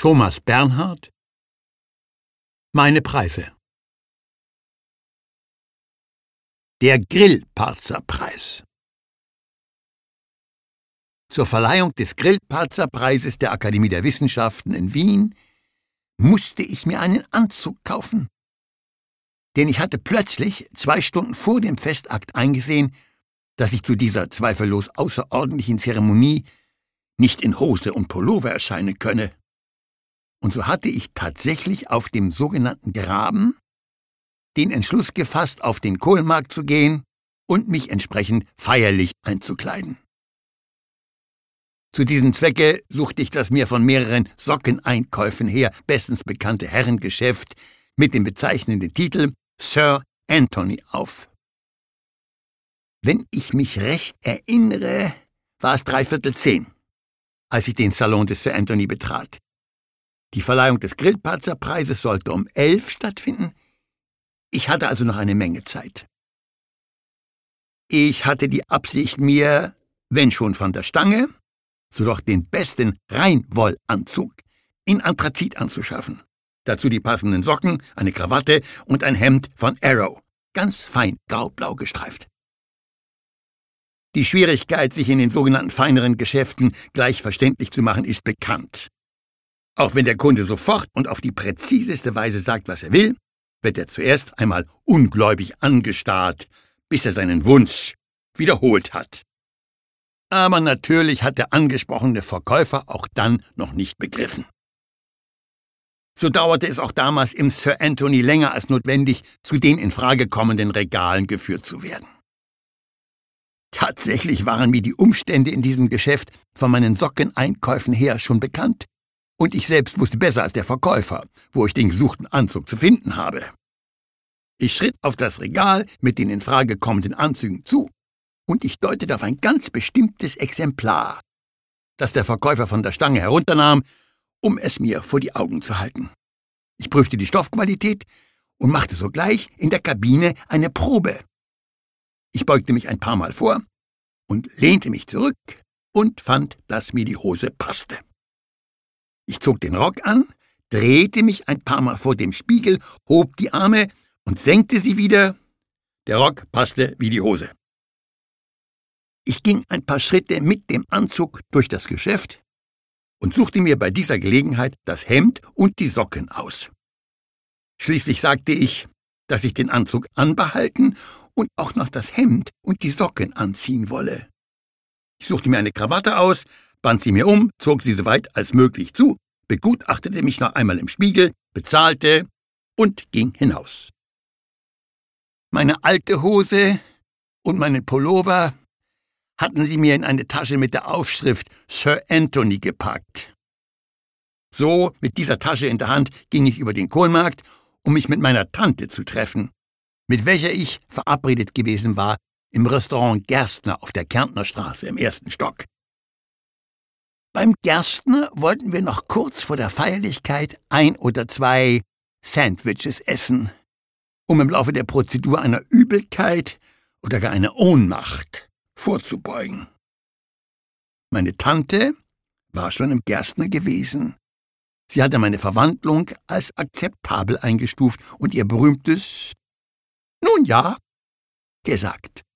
Thomas Bernhard. Meine Preise. Der Grillparzer-Preis. Zur Verleihung des Grillparzer-Preises der Akademie der Wissenschaften in Wien musste ich mir einen Anzug kaufen. Denn ich hatte plötzlich 2 Stunden vor dem Festakt eingesehen, dass ich zu dieser zweifellos außerordentlichen Zeremonie nicht in Hose und Pullover erscheinen könne. Und so hatte ich tatsächlich auf dem sogenannten Graben den Entschluss gefasst, auf den Kohlmarkt zu gehen und mich entsprechend feierlich einzukleiden. Zu diesem Zwecke suchte ich das mir von mehreren Sockeneinkäufen her bestens bekannte Herrengeschäft mit dem bezeichnenden Titel Sir Anthony auf. Wenn ich mich recht erinnere, war es 9:45, als ich den Salon des Sir Anthony betrat. Die Verleihung des Grillparzer-Preises sollte um 11 stattfinden. Ich hatte also noch eine Menge Zeit. Ich hatte die Absicht, mir, wenn schon von der Stange, so doch den besten Reinwollanzug in Anthrazit anzuschaffen. Dazu die passenden Socken, eine Krawatte und ein Hemd von Arrow, ganz fein graublau gestreift. Die Schwierigkeit, sich in den sogenannten feineren Geschäften gleich verständlich zu machen, ist bekannt. Auch wenn der Kunde sofort und auf die präziseste Weise sagt, was er will, wird er zuerst einmal ungläubig angestarrt, bis er seinen Wunsch wiederholt hat. Aber natürlich hat der angesprochene Verkäufer auch dann noch nicht begriffen. So dauerte es auch damals im Sir Anthony länger als notwendig, zu den in Frage kommenden Regalen geführt zu werden. Tatsächlich waren mir die Umstände in diesem Geschäft von meinen Sockeneinkäufen her schon bekannt, und ich selbst wusste besser als der Verkäufer, wo ich den gesuchten Anzug zu finden habe. Ich schritt auf das Regal mit den in Frage kommenden Anzügen zu, und ich deutete auf ein ganz bestimmtes Exemplar, das der Verkäufer von der Stange herunternahm, um es mir vor die Augen zu halten. Ich prüfte die Stoffqualität und machte sogleich in der Kabine eine Probe. Ich beugte mich ein paar Mal vor und lehnte mich zurück und fand, dass mir die Hose passte. Ich zog den Rock an, drehte mich ein paar Mal vor dem Spiegel, hob die Arme und senkte sie wieder. Der Rock passte wie die Hose. Ich ging ein paar Schritte mit dem Anzug durch das Geschäft und suchte mir bei dieser Gelegenheit das Hemd und die Socken aus. Schließlich sagte ich, dass ich den Anzug anbehalten und auch noch das Hemd und die Socken anziehen wolle. Ich suchte mir eine Krawatte aus, band sie mir um, zog sie so weit als möglich zu, begutachtete mich noch einmal im Spiegel, bezahlte und ging hinaus. Meine alte Hose und meinen Pullover hatten sie mir in eine Tasche mit der Aufschrift Sir Anthony gepackt. So, mit dieser Tasche in der Hand, ging ich über den Kohlmarkt, um mich mit meiner Tante zu treffen, mit welcher ich verabredet gewesen war im Restaurant Gerstner auf der Kärntner Straße im 1. Stock. Beim Gerstner wollten wir noch kurz vor der Feierlichkeit 1 oder 2 Sandwiches essen, um im Laufe der Prozedur einer Übelkeit oder gar einer Ohnmacht vorzubeugen. Meine Tante war schon im Gerstner gewesen. Sie hatte meine Verwandlung als akzeptabel eingestuft und ihr berühmtes »Nun ja« gesagt.